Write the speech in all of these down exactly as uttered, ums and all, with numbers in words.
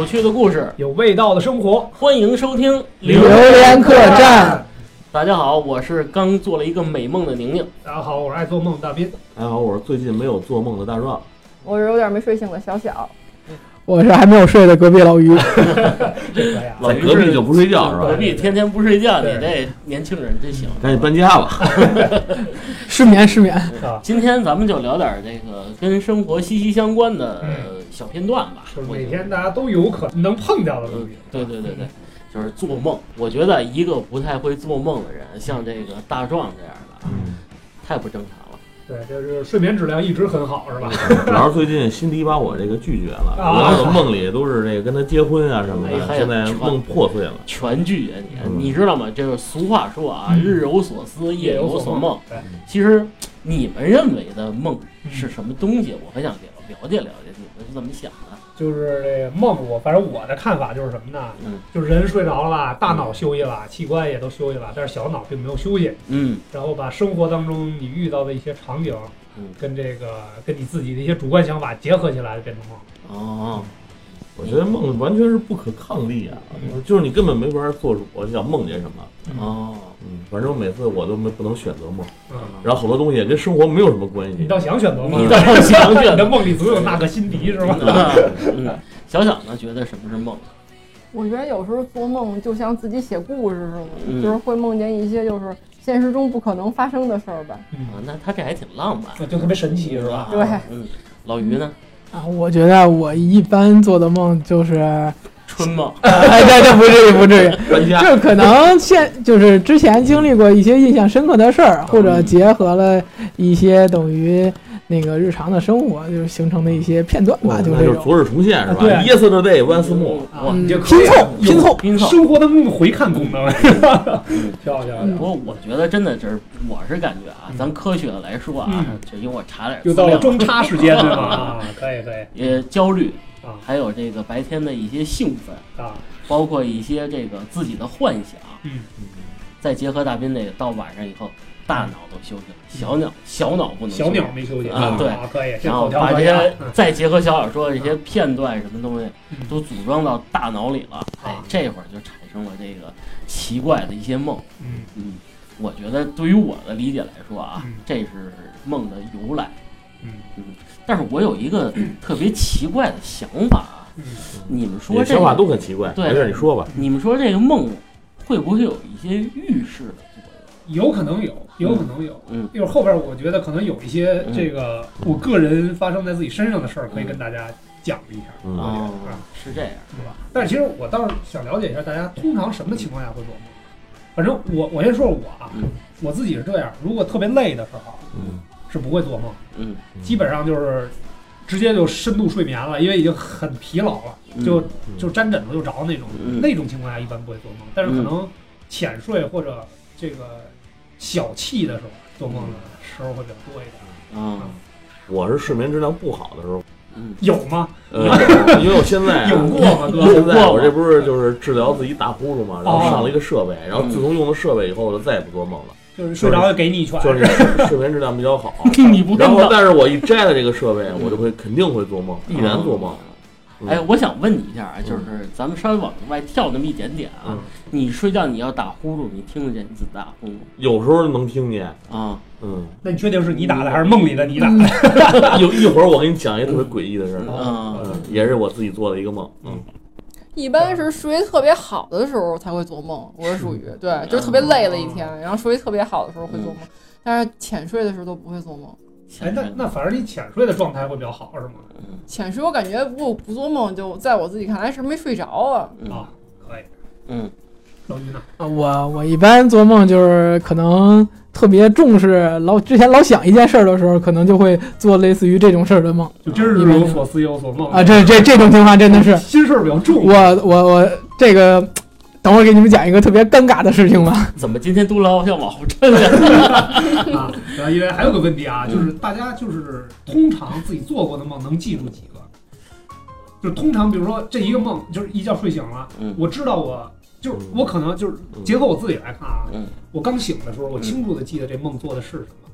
有趣的故事， 有味道的生活， 欢迎收听《 榴莲客栈》。 大家好，我是刚做了一个美梦的宁宁。 大家好，我是爱做梦的大斌。 大家好，我是最近没有做梦的大壮。 我是有点没睡醒的小小。 我是还没有睡的隔壁老于。 在隔壁就不睡觉是吧？ 隔壁天天不睡觉，你这年轻人真行。 赶紧搬家吧。 失眠失眠。 今天咱们就聊点这个跟生活息息相关的小片段吧。 就是每天大家都有可能能碰到的东西。 对对对对，就是做梦。我觉得一个不太会做梦的人，像这个大壮这样的， 嗯， 太不正常了。 对，就是睡眠质量一直很好，是吧？ 主要是最近辛迪把我这个拒绝了，我的梦里都是这个跟他结婚啊什么的，现在梦破碎了， 全拒绝你。你知道吗？这个俗话说啊，日有所思，夜有所梦。其实你们认为的梦是什么东西？我很想了了解了解你们是怎么想的。 就是这个梦，我反正我的看法就是什么呢？嗯，就是人睡着了吧，大脑休息了，器官也都休息了，但是小脑并没有休息。嗯，然后把生活当中你遇到的一些场景，嗯，跟这个跟你自己的一些主观想法结合起来，变成梦。 哦，我觉得梦完全是不可抗力啊，嗯、就是你根本没法做主，想梦见什么。 哦， 嗯，反正每次我都没不能选择梦，嗯，然后好多东西也跟生活没有什么关系。 你倒想选择梦， 你倒想选择， 你的梦里总有那个辛迪是吧？ 嗯，小小呢觉得什么是梦？ 我觉得有时候做梦就像自己写故事似的，嗯、就是会梦见一些就是现实中不可能发生的事儿吧。 嗯，那他这还挺浪漫， 就特别神奇是吧？ 对， 嗯，老于呢？ 啊，我觉得我一般做的梦就是春梦， 哎，对对，不至于不至于，就可能现就是之前经历过一些印象深刻的事儿，或者结合了一些等于那个日常的生活，就是形成的一一片段吧，就这种。 昨日重现是吧 ？Yesterday once more， 你就拼凑拼凑拼凑， 生活当中的回看功能，漂亮漂亮。 不过我觉得真的就是，我是感觉啊，咱科学的来说啊，就因为我查点， 又到了中差时间了啊，可以可以。 也焦虑。还有这个白天的一些兴奋啊，包括一些这个自己的幻想，嗯，再结合大斌那个，到晚上以后，大脑都休息了，小脑小脑不能休息， 小鸟没休息啊，对， 可以。 然后把这些再结合小小说的这些片段什么东西，都组装到大脑里了，哎，这会儿就产生了这个奇怪的一些梦，嗯嗯，我觉得对于我的理解来说啊，这是梦的由来，嗯嗯。但是我有一个特别奇怪的想法啊，你们说这想法都很奇怪， 对， 没事你说吧。 你们说这个梦会不会有一些预示的作用？有可能有，有可能有。嗯，一会儿后边我觉得可能有一些这个我个人发生在自己身上的事儿，可以跟大家讲一下。 嗯，哦，是这样，是吧？ 但是其实我倒是想了解一下，大家通常什么情况下会做梦？反正我我先说我啊，我自己是这样，如果特别累的时候，嗯。是不会做梦，嗯，基本上就是直接就深度睡眠了，因为已经很疲劳了，就就沾枕头就着那种，嗯、那种情况下一般不会做梦，但是可能浅睡或者这个小憩的时候做梦的时候会比较多一点。 啊、嗯，我是睡眠质量不好的时候， 嗯，有吗？ 呃，因为我现在、啊、 有过吗？哥， 现在我这不是就是治疗自己打呼噜嘛，然后上了一个设备，然后自从用了设备以后，我就再也不做梦了。 就是睡着就给你一拳， 就是睡眠质量比较好。 你不然后，但是我一摘了这个设备，我就会肯定会做梦，必然做梦。 嗯、哎，我想问你一下啊，就是咱们稍微往外跳那么一点点啊，嗯、你睡觉你要打呼噜，你听得见你自己打呼噜吗？ 有时候能听见啊， 嗯。 那你确定是你打的还是梦里的你打的？ 有一会儿我给你讲一个特别诡异的事儿，嗯，嗯也是我自己做的一个梦，嗯。 一般是睡得特别好的时候才会做梦，我是属于对，就是特别累了一天，然后睡得特别好的时候会做梦，但是浅睡的时候都不会做梦。 哎，那那反正你浅睡的状态会比较好，是吗？ 浅睡我感觉不不做梦，就在我自己看来是没睡着啊。 啊，可以， 嗯。 老于呢？ 啊，我我一般做梦就是可能特别重视老之前老想一件事儿的时候，可能就会做类似于这种事儿的梦。 就真是日有所思夜有所梦啊！这这这种情况真的是心事儿比较重。 我我我这个，等会儿给你们讲一个特别尴尬的事情吧。 怎么今天都老想往后抻啊？因为还有个问题啊，就是大家就是通常自己做过的梦能记住几个？就是通常比如说这一个梦，就是一觉睡醒了，嗯、我知道我。就是我可能就是结合我自己来看啊，嗯、我刚醒的时候，我清楚的记得这梦做的是什么，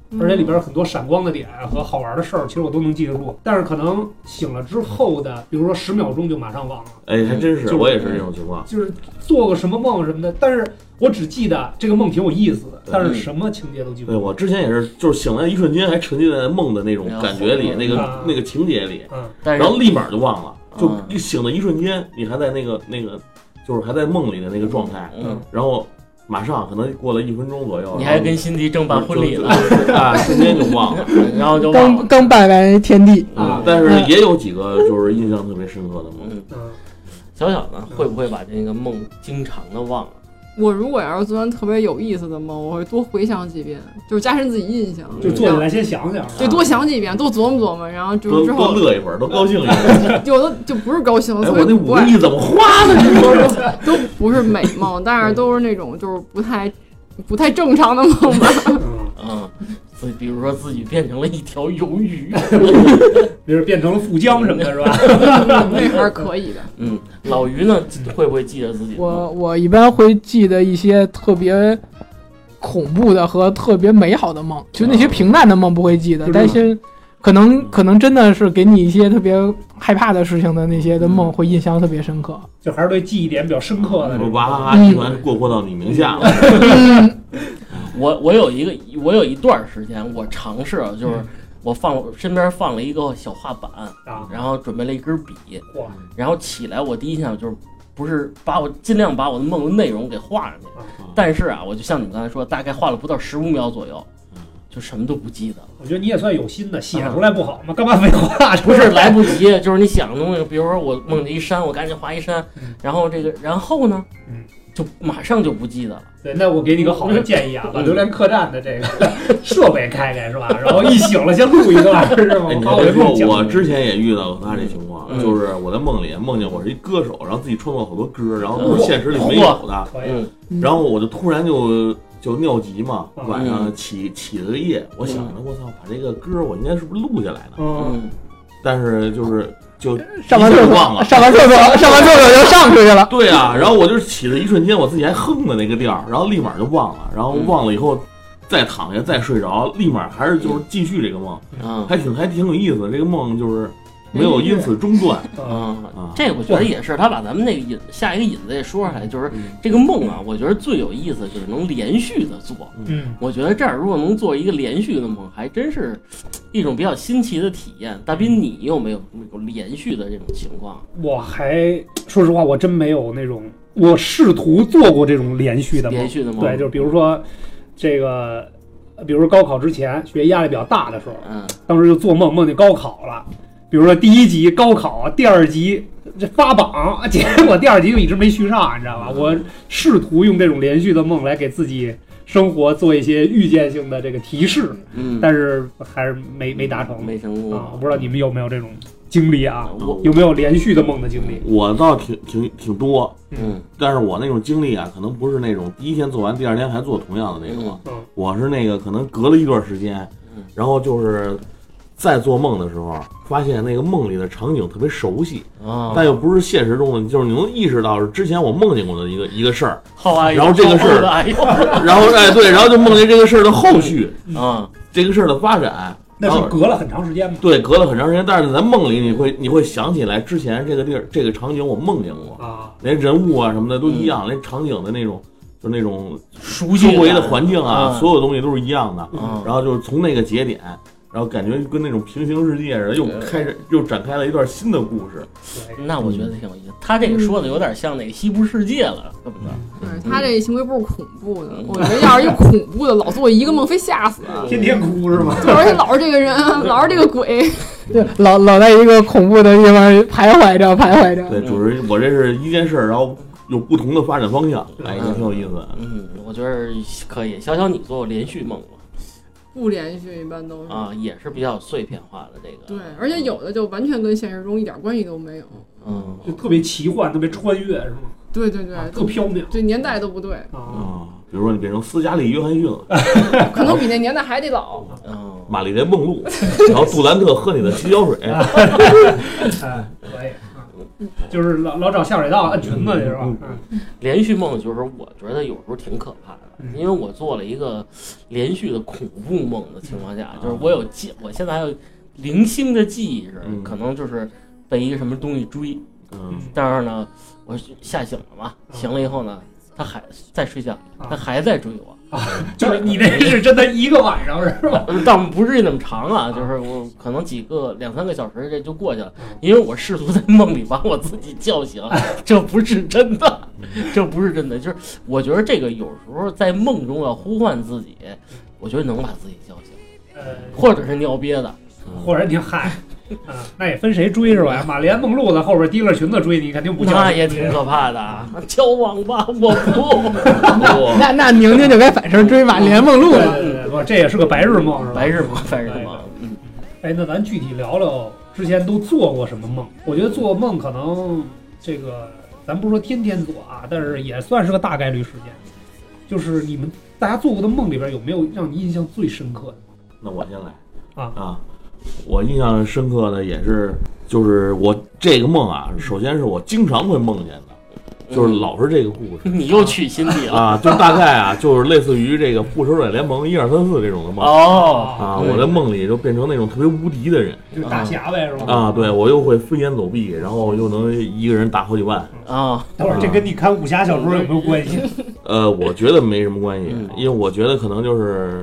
而且里边很多闪光的点和好玩的事儿，其实我都能记得住。但是可能醒了之后的，比如说十秒钟就马上忘了。 哎，还真是，就是、我也是这种情况， 就是做个什么梦什么的，但是我只记得这个梦挺有意思的，但是什么情节都记不住。 对，我之前也是，就是醒来一瞬间还沉浸在梦的那种感觉里，那个、嗯、那个情节里， 嗯， 然后立马就忘了，就一醒的一瞬间，你还在那个那个，就是还在梦里的那个状态， 嗯， 然后。马上可能过了一分钟左右， 你还跟辛迪正办婚礼了啊，瞬间就忘了， 然后就刚刚拜完天地啊。但是也有几个就是印象特别深刻的梦。 嗯，小小呢会不会把这个梦经常的忘了？ 我如果要是做完特别有意思的梦，我会多回想几遍，就是加深自己印象。 就坐起来先想想， 对，多想几遍，多琢磨琢磨，然后就之后多乐一会儿，多高兴一会儿。 有的就不是高兴， 哎，我那五个亿怎么花的？你说说， 都不是美梦，但是都是那种就是不太。不太正常的梦吧， 嗯，所以比如说自己变成了一条鱿鱼， 比如变成了富江什么的，是吧？ 那还是可以的。 嗯，老于呢会不会记得自己？ 我我一般会记得一些特别恐怖的和特别美好的梦，就那些平淡的梦不会记得，但是可能可能真的是给你一些特别害怕的事情的那些的梦会印象特别深刻， 就还是对记忆点比较深刻的。 娃哈哈集团过户到你名下了。 嗯、 我我有一个我有一段时间我尝试了，就是我放身边放了一个小画板， 啊、 然后准备了一根笔，然后起来我第一印象就是不是把我尽量把我的梦的内容给画上去， 啊、 但是啊，我就像你们刚才说，大概画了不到十五秒左右。就什么都不记得了。 我觉得你也算有心的，写出来不好吗？干嘛废话？ 不是来不及，就是你想的东西，比如说我梦见一山，我赶紧画一山，嗯、然后这个，然后呢，嗯，就马上就不记得了。 对，那我给你个好的建议啊，把榴莲客栈的这个设备开开是吧？然后一醒了先录一段是吗？ 哎、你别说，我之前也遇到过他这情况，嗯、就是我在梦里梦见我是一歌手，然后自己创作好多歌，然后都是现实里没有的， 嗯， 然后我就突然就。就尿急嘛，晚上起起了个夜，我想着我操，把这个歌我应该是不是录下来的？ 嗯， 但是就是就上完厕所忘了， 上完厕所上完厕所就上出去了。 对啊，然后我就起的一瞬间，我自己还哼的那个调，然后立马就忘了，然后忘了以后再躺下再睡着，立马还是就是继续这个梦， 嗯， 还挺还挺有意思的，这个梦就是没有因此中断。 嗯，这个我觉得也是，他把咱们那个引下一个引子也说出来，就是这个梦啊，我觉得最有意思就是能连续的做。 嗯， 我觉得这儿如果能做一个连续的梦，还真是一种比较新奇的体验。大斌，你有没有那种连续的这种情况？ 我还说实话，我真没有那种，我试图做过这种连续的梦。 连续的梦， 对，就是比如说这个，比如说高考之前学压力比较大的时候， 嗯， 当时就做梦，梦见高考了。比如说第一集高考，第二集这发榜，结果第二集就一直没续上，你知道吧？我试图用这种连续的梦来给自己生活做一些预见性的这个提示， 嗯， 但是还是没没达成， 没成功啊！我不知道你们有没有这种经历啊？有没有连续的梦的经历？ 我倒挺挺挺多， 嗯， 但是我那种经历啊，可能不是那种第一天做完，第二天还做同样的那种， 嗯， 我是那个可能隔了一段时间，然后就是在做梦的时候，发现那个梦里的场景特别熟悉， 啊， 但又不是现实中的，就是你能意识到是之前我梦见过的一个一个事儿， 然后这个事儿，然后哎对，然后就梦见这个事儿的后续啊， 这个事儿的发展。 那是隔了很长时间吗？ 对，隔了很长时间，但是在梦里你会你会想起来之前这个地儿这个场景我梦见过啊， 连人物啊什么的都一样，连场景的那种就那种熟悉周围的环境啊， 嗯、 所有东西都是一样的。 嗯、 然后就是从那个节点，然后感觉跟那种平行世界似的，又开始又展开了一段新的故事。 那我觉得挺有意思。他这个说的有点像那个西部世界了，是不是？ 对，他这行为不是恐怖的，我觉得要是一恐怖的，老做一个梦非吓死， 天天哭是吗？ 而且老是这个人，老是这个鬼， 对，老老在一个恐怖的地方徘徊着徘徊着。 对，主是我这是一件事，然后有不同的发展方向，哎，也挺有意思的。 嗯，我觉得可以。小小，你做过连续梦吗？ 不连续，一般都是啊，也是比较碎片化的这个。 对，而且有的就完全跟现实中一点关系都没有。 嗯， 就特别奇幻，特别穿越，是吗？ 对对对， 啊、特缥缈， 对年代都不对啊。比如说你变成斯嘉丽·约翰逊了， 可能比那年代还得老。 嗯， 玛丽莲·梦露，然后杜兰特喝你的洗脚水。 哎，可以。 就是老老找下水道按裙子去是吧？ 嗯，连续梦就是我觉得有时候挺可怕的，因为我做了一个连续的恐怖梦的情况下，就是我有记，我现在还有零星的记忆是，可能就是被一个什么东西追，嗯，但是呢，我吓醒了嘛，醒了以后呢，他还在睡觉，他还在追我。 啊，就是你那是真的一个晚上是吧？ 倒不至于那么长啊，就是我可能几个两三个小时这就过去了，因为我试图在梦里把我自己叫醒，这不是真的，这不是真的。就是我觉得这个有时候在梦中要呼唤自己，我觉得能把自己叫醒，或者是尿憋的， 或者你嗨。啊，那也分谁追是吧？马连梦露在后边提了裙子追你，肯定不叫。 那也挺可怕的啊！交往吧，我不。 那那宁宁就该反身追马连梦露了。 对对对，不，这也是个白日梦是吧？ 白日梦，白日梦。嗯。 哎，那咱具体聊聊之前都做过什么梦？我觉得做梦可能这个，咱不是说天天做啊，但是也算是个大概率事件。就是你们大家做过的梦里边有没有让你印象最深刻的？ 那我先来啊啊。我印象深刻的也是，就是我这个梦啊，首先是我经常会梦见的，就是老是这个故事。 你又取新地了啊！就大概啊，就是类似于这个复仇者联盟一二三四这种的梦哦啊，我在梦里就变成那种特别无敌的人， 就是大侠呗，是吧？ 啊，对我又会飞檐走壁，然后又能一个人打好几万啊。 等会儿这跟你看武侠小说有没有关系？ 呃，我觉得没什么关系，因为我觉得可能就是。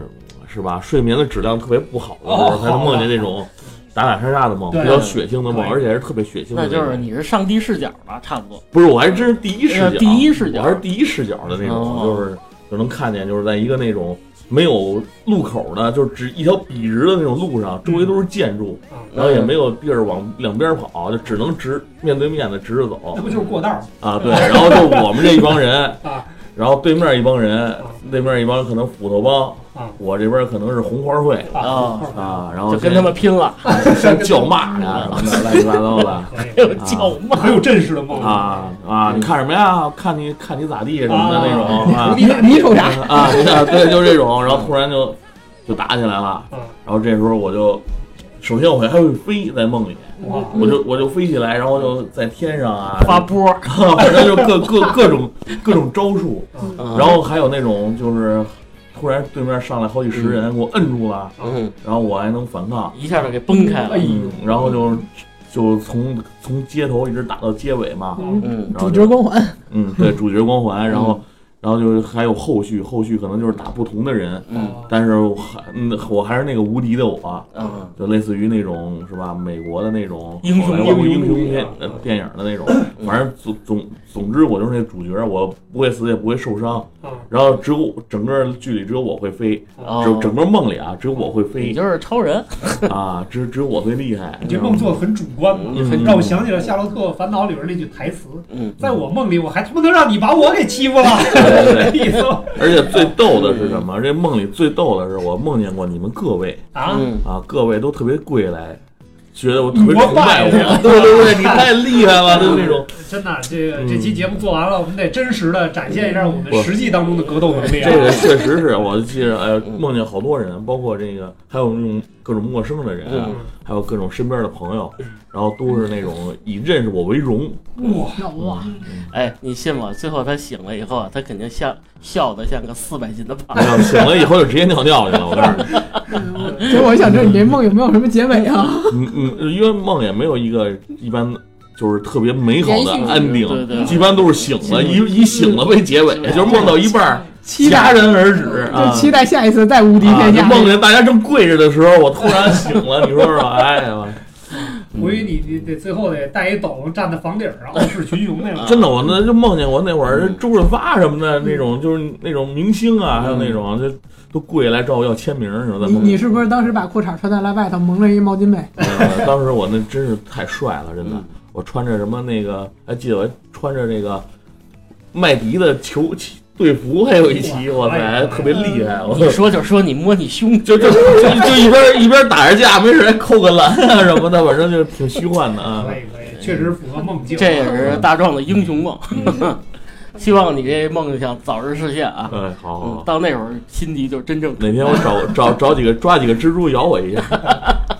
是吧？睡眠的质量特别不好的时候，才能梦见这种打打杀杀的梦，比较血腥的梦，而且是特别血腥的。 那就是你是上帝视角吧，差不多。 不是，我还真是第一视角， 第一视角， 我还是第一视角的那种，就是就能看见，就是在一个那种没有路口的，就是只一条笔直的那种路上，周围都是建筑，然后也没有地儿往两边跑，就只能直面对面的直着走。 那不就是过道啊？对，然后就我们这一帮人啊。然后对面一帮人，对面一帮可能斧头帮，我这边可能是红花会啊啊，然后就跟他们拼了， 先叫骂呀，什么的乱七八糟的， 还有叫骂， 很有阵势的梦啊啊！你看什么呀？看你看你咋地什么的那种啊？ 你你瞅啥啊？对，就这种，然后突然就就打起来了，然后这时候我就。首先我还会飞在梦里，我就我就飞起来，然后就在天上啊发波， 反正就各各各种各种招数，然后还有那种就是突然对面上来好几十人给我摁住了， 嗯， 然后我还能反抗， 一下就给崩开了， 嗯，然后就就从从街头一直打到街尾嘛， 嗯， 主角光环， 嗯，对，主角光环，然后。然后就是还有后续，后续可能就是打不同的人， 嗯， 但是我还嗯我还是那个无敌的我， 嗯， 就类似于那种是吧，美国的那种英雄英雄片呃电影的那种，反正总总总之我就是那主角，我不会死也不会受伤，然后只有整个剧里只有我会飞，只有整个梦里啊只有我会飞， 你就是超人啊，只只有我最厉害。 你这梦做的很主观嘛，让我想起了《夏洛特烦恼》里边那句台词， 嗯， 在我梦里我还他妈能让你把我给欺负了。 对对对，而且最逗的是什么？这梦里最逗的是，我梦见过你们各位啊啊，各位都特别跪来，觉得我特别崇拜我。对对对，你太厉害了，就那种。 真的，这个这期节目做完了，我们得真实的展现一下我们实际当中的格斗能力。 这个确实是我记着，哎，梦见好多人，包括这个，还有那种各种陌生的人，还有各种身边的朋友，然后都是那种以认识我为荣。 哇哇！ 哎，你信吗？最后他醒了以后啊，他肯定像笑得像个四百斤的胖子。醒了以后就直接尿尿去了，我告诉你。所以我想知道你这梦有没有什么结尾啊？ 嗯嗯，因为梦也没有一个一般。就是特别美好的安定， 对对， 一般都是醒了，以以醒了为结尾，就是梦到一半戛然而止啊， 期待下一次再无敌天下。 梦见大家正跪着的时候，我突然醒了，你说说，哎呀， 我以为你你得最后得带一斗站在房顶上傲视群雄那种。 真的，我那就梦见我那会儿周润发什么的那种，就是那种明星啊，还有那种就都跪来找我要签名什么的。 你你是不是当时把裤衩穿在了外头，蒙了一毛巾被？ 当时我那真是太帅了，真的。我穿着什么那个，还记得我穿着这个麦迪的球队服，还有一期，哇塞，特别厉害。我你说就说你摸你胸， 就就就就一边一边打着架，没事还扣个篮啊什么的，反正就挺虚幻的啊。 可以可以，确实符合梦境。 这也是大壮的英雄梦，希望你这梦想早日实现啊！ 哎，好好， 到那会儿辛迪就真正。 哪天我找找找几个抓几个蜘蛛咬我一下。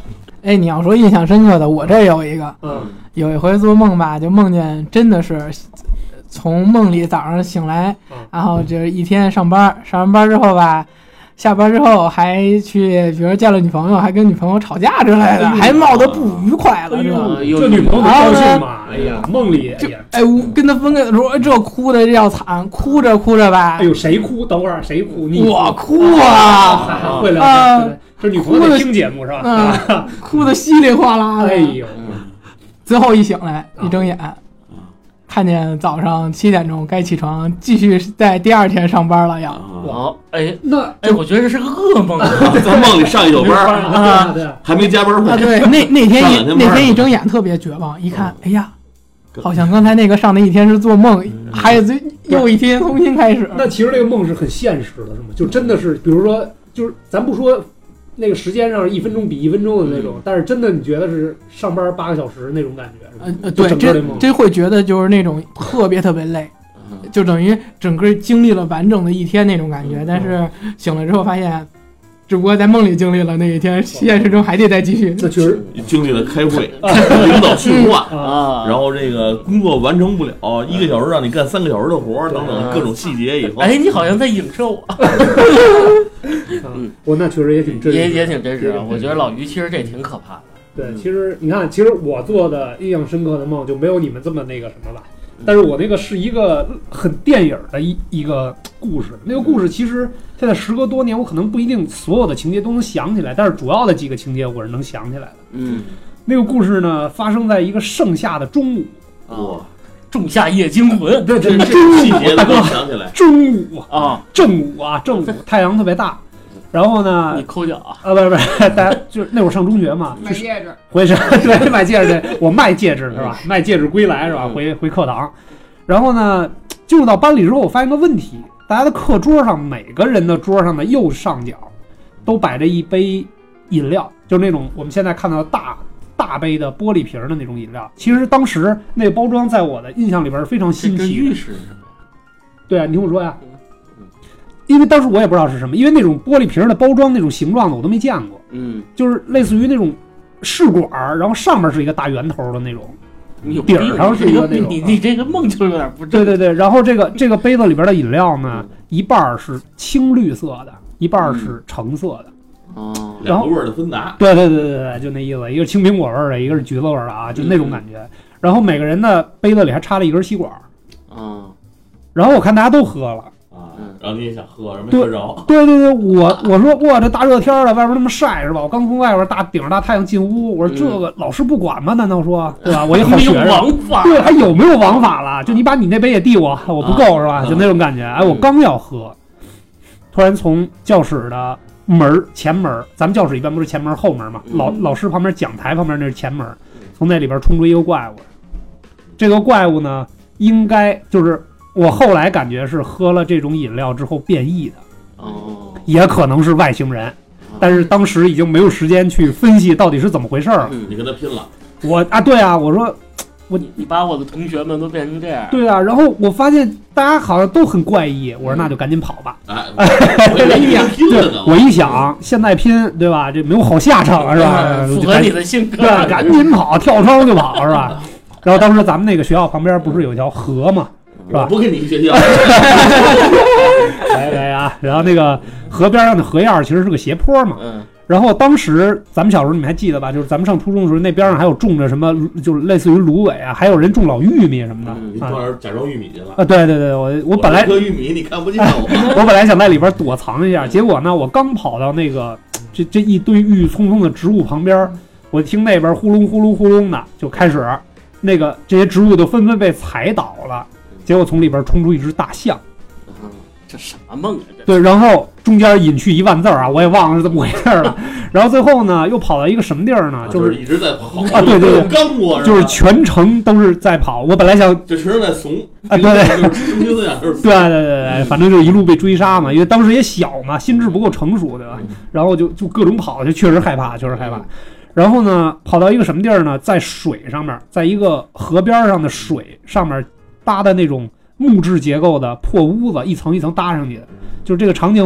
哎，你要说印象深刻的，我这有一个， 嗯， 有一回做梦吧，就梦见真的是从梦里早上醒来，然后就是一天上班，上完班之后吧。下班之后还去，比如见了女朋友，还跟女朋友吵架之类的，哎、还闹得不愉快了。 哎、 这这女朋友高兴嘛？哎呀，梦里就哎，我跟他分开的时候，这哭的要惨，哭着哭着吧。 哎呦，谁哭？等会儿谁哭？你我哭啊！ 会聊天，这女朋友听节目是吧？ 啊，哭得稀里哗啦的。 哎呦， 最后一醒来，一睁眼。看见早上七点钟该起床，继续在第二天上班了要。 哦，哎， 那哎，我觉得这是个噩梦， 在梦里上一宿班啊， 还没加班费。 啊，对，那那天一那天一睁眼特别绝望，一看，哎呀，好像刚才那个上的一天是做梦，还有这又一天重新开始。 那其实这个梦是很现实的，是吗？就真的是，比如说，就是咱不说。那个时间上一分钟比一分钟的那种，嗯、但是真的你觉得是上班八个小时那种感觉， 呃呃，对，这这会觉得就是那种特别特别累，嗯、就等于整个经历了完整的一天那种感觉，嗯、但是醒了之后发现，只不过在梦里经历了那一天，现实中还得再继续。 那确实经历了开会、领导训话啊，然后这个工作完成不了，一个小时让你干三个小时的活等等各种细节以后， 哎，你好像在影射我。 嗯，我那确实也挺真实， 也也挺真实啊。我觉得老于其实这挺可怕的。 对，其实你看，其实我做的印象深刻的梦就没有你们这么那个什么吧。但是我那个是一个很电影的一一个故事，那个故事其实现在时隔多年，我可能不一定所有的情节都能想起来，但是主要的几个情节我是能想起来的。 嗯， 那个故事呢发生在一个盛夏的中午。 啊，仲夏夜惊魂， 对对， 这细节都能想起来。 中午啊， 正午啊，正午，太阳特别大。然后呢？ 你抠脚啊？ 啊，不是不是，大家就是那会儿上中学嘛， 买戒指， 回去对买戒指，我卖戒指是吧？卖戒指归来是吧？回回课堂，然后呢，进入到班里之后，我发现个问题，大家的课桌上每个人的桌上的右上角都摆着一杯饮料，就是那种我们现在看到的大大杯的玻璃瓶的那种饮料。其实当时那个包装在我的印象里边是非常新奇的。对啊，你听我说呀。因为当时我也不知道是什么，因为那种玻璃瓶的包装那种形状的我都没见过， 嗯， 就是类似于那种试管，然后上面是一个大圆头的那种，顶上是一个那种。 你你这个梦就有点不正。 对对对，然后这个这个杯子里边的饮料呢，一半是青绿色的，一半是橙色的。 哦， 然后两个味儿的芬达。 对对对对对，就那意思，一个青苹果味儿的，一个是橘子味儿的啊，就那种感觉。然后每个人的杯子里还插了一根吸管。 啊， 然后我看大家都喝了。 啊，然后你也想喝，没喝着。 对对对，我我说哇，这大热天的，外边那么晒是吧？我刚从外边大顶着大太阳进屋，我说这个老师不管吗？难道说对吧？我一好学生， 王法对，还有没有王法了？就你把你那杯也递我，我不够是吧？就那种感觉。哎，我刚要喝，突然从教室的门前门，咱们教室一般不是前门后门嘛？老老师旁边讲台旁边那是前门，从那里边冲出一个怪物。这个怪物呢，应该就是。我后来感觉是喝了这种饮料之后变异的， 哦， 也可能是外星人，但是当时已经没有时间去分析到底是怎么回事了。 你跟他拼了， 我啊，对啊，我说我你把我的同学们都变成这样， 对啊，然后我发现大家好像都很怪异，我说那就赶紧跑吧。 哎，我一想， 对，我一想现在拼，对吧？这没有好下场是吧？ 符合你的性格， 对，赶紧跑，跳窗就跑是吧？然后当时咱们那个学校旁边不是有一条河吗？是吧？ 不跟你学校。 来来啊！然后那个河边上的河沿其实是个斜坡嘛。 嗯。 然后当时咱们小时候你们还记得吧？就是咱们上初中的时候，那边上还有种着什么，就是类似于芦苇啊，还有人种老玉米什么的。 嗯、你到那儿假装玉米去了。 啊，对对对，我我本来割玉米你看不见我。 我本来想在里边躲藏一下，结果呢，我刚跑到那个这这一堆郁郁葱葱的植物旁边，我听那边呼隆呼隆呼隆的就开始，那个这些植物都纷纷被踩倒了。结果从里边冲出一只大象， 嗯，这啥梦啊？这对，然后中间隐去一万字啊，我也忘了是怎么回事了。然后最后呢，又跑到一个什么地儿呢？ 啊、 就是一直在跑啊，对对对， 刚过， 就是全程都是在跑。我本来想， 就全是在怂啊，对对， 中心思想就是对对对对，反正就一路被追杀嘛，因为当时也小嘛，心智不够成熟，对吧？然后就就各种跑，就确实害怕，确实害怕。然后呢，跑到一个什么地儿呢？在水上面，在一个河边上的水上面搭的那种木质结构的破屋子，一层一层搭上去的，就是这个场景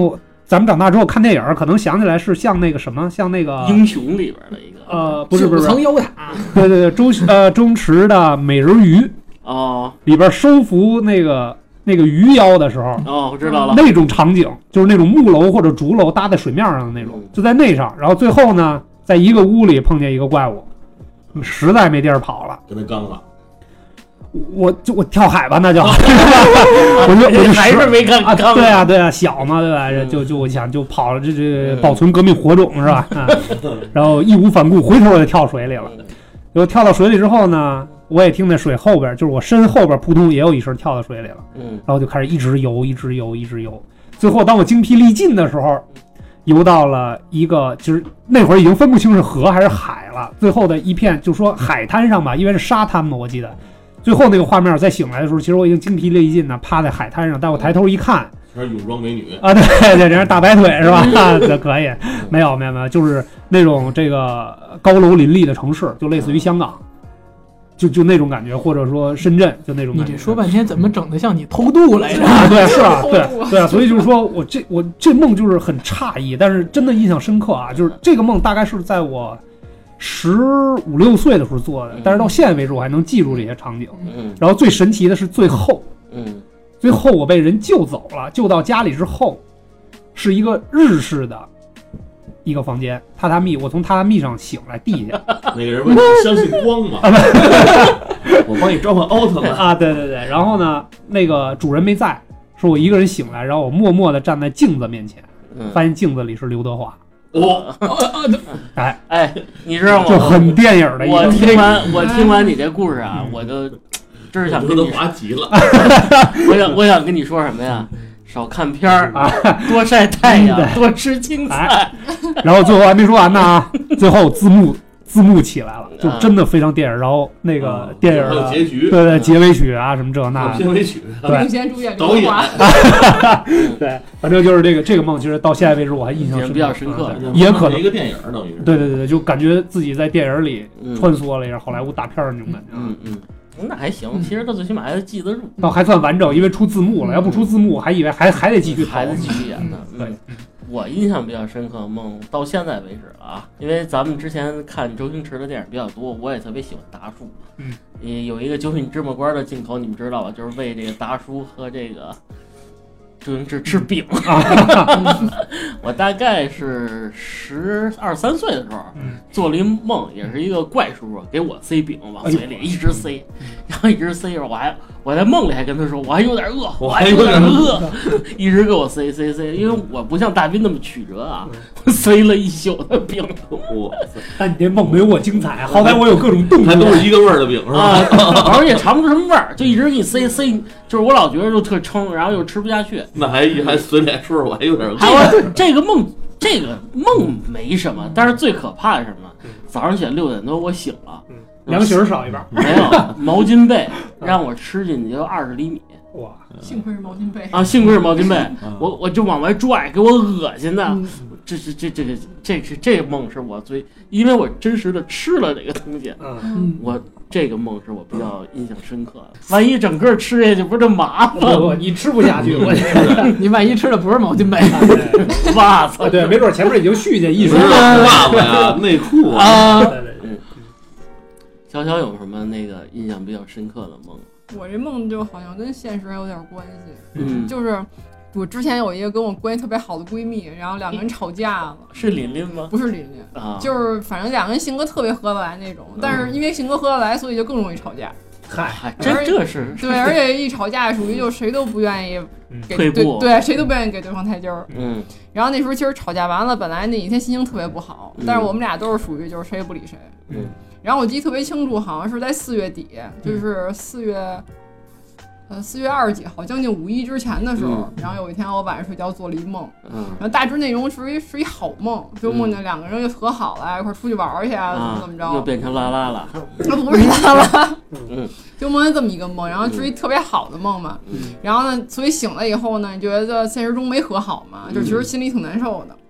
咱们长大之后看电影，可能想起来是像那个什么，像那个英雄里边的一个， 呃，不是不是， 层妖塔， 对对对，周呃周驰的美人鱼哦， 里边收服那个那个鱼妖的时候， 哦，我知道了， 那种场景就是那种木楼或者竹楼搭在水面上的那种，就在那上，然后最后呢，在一个屋里碰见一个怪物，实在没地儿跑了， 跟他刚了。 我就我跳海吧，那就，我就我就还是没看啊，对啊对啊，小嘛对吧？嗯、就就我想就跑了，这这保存革命火种是吧？啊，然后义无反顾，回头我就跳水里了。结果跳到水里之后呢，我也听见水后边，就是我身后边扑通也有一声跳到水里了。嗯，然后就开始一直游，一直游，一直游。最后当我精疲力尽的时候，游到了一个，就是那会儿已经分不清是河还是海了。最后的一片，就说海滩上吧，因为是沙滩嘛，我记得。最后那个画面，再醒来的时候，其实我已经精疲力尽的趴在海滩上，但我抬头一看， 全是泳装美女啊，对对，人家大白腿是吧？这可以，没有没有没有，就是那种这个高楼林立的城市，就类似于香港，就就那种感觉，或者说深圳，就那种感觉。 你这说半天怎么整的像你偷渡来着？ 啊，对，是啊，对对啊，所以就是说我这我这梦就是很诧异，但是真的印象深刻啊，就是这个梦大概是在我十五六岁的时候做的，但是到现在为止我还能记住这些场景。嗯，然后最神奇的是最后，嗯，最后我被人救走了，救到家里之后，是一个日式的一个房间，榻榻米，我从榻榻米上醒来，地下。 那个人问你相信光吗？我帮你召唤奥特曼啊！对对对，然后呢，那个主人没在，是我一个人醒来，然后我默默地站在镜子面前，发现镜子里是刘德华。 我、哦，哎哎，你知道吗？ 就很电影的一个。 我听完我听完你这故事啊，我就真是想跟你华急了。 我想我想跟你说什么呀？少看片儿啊，多晒太阳，多吃青菜。 然后最后还没说完呢啊，最后字幕字幕起来了，就真的非常电影。然后那个电影的结局， 对对，结尾曲啊什么这那， 片尾曲， 对， 导演， 对，反正就是这个这个梦，其实到现在为止我还印象比较深刻， 也可能一个电影等于是。 对对对对，就感觉自己在电影里穿梭了一下好莱坞大片那种感觉。 嗯嗯。那还行，其实他最起码还记得住， 倒还算完整，因为出字幕了。要不出字幕，还以为还还得继续还得继续演呢。 对， 我印象比较深刻的梦，到现在为止了啊，因为咱们之前看周星驰的电影比较多，我也特别喜欢达叔。嗯，有一个九品芝麻官的镜头，你们知道吧？就是为这个达叔和这个周星驰吃饼。我大概是十二三岁的时候，做了一梦，也是一个怪叔叔给我塞饼，往嘴里一直塞，然后一直塞着，我还我在梦里还跟他说我还有点饿，我还有点饿，一直给我塞塞塞，因为我不像大斌那么曲折啊，我塞了一宿的饼。 哇塞！但你这梦没有我精彩，好歹我有各种动作， 还都是一个味儿的饼是吧？ 啊，反正也尝不出什么味儿，就一直给你塞塞，就是我老觉得就特撑，然后又吃不下去。 那还还随便说说，我还有点饿。 还有这个梦。这个梦没什么，但是最可怕的是什么？早上起来六点多我醒了， 凉席少一半， 没有毛巾被让我吃进去就二十厘米。 哇， 幸亏是毛巾被啊！幸亏是毛巾被，我我就往外拽，给我恶心的。这是这这个这是这个梦是我最，因为我真实的吃了这个东西，嗯，我这个梦是我比较印象深刻的。万一整个吃下去，不是就麻烦了？ 你吃不下去，我你万一吃的不是毛巾被， 袜子， 对，没准前面已经续进一身袜子呀、内裤啊。对对对。小小有什么那个印象比较深刻的梦？ 我这梦就好像跟现实还有点关系，嗯，就是我之前有一个跟我关系特别好的闺蜜，然后两个人吵架了。 是琳琳吗？ 不是琳琳啊，就是反正两个人性格特别合得来那种，但是因为性格合得来，所以就更容易吵架。 嗨，这这是对，而且一吵架属于就谁都不愿意给退步， 对，谁都不愿意给对方台阶儿。嗯，然后那时候其实吵架完了，本来那几天心情特别不好，但是我们俩都是属于就是谁也不理谁。嗯。然后我记得特别清楚，好像是在四月底，就是四月，呃，四月二十几号，将近五一之前的时候。嗯、然后有一天我晚上睡觉做了一梦，嗯，然后大致内容是一是一好梦，就梦见两个人就和好了，一块出去玩去啊，怎么怎么着， 又变成拉拉了， 啊不是拉拉，嗯，就梦见这么一个梦，然后是一特别好的梦嘛。嗯、然后呢，所以醒了以后呢，你觉得现实中没和好嘛，就其实心里挺难受的。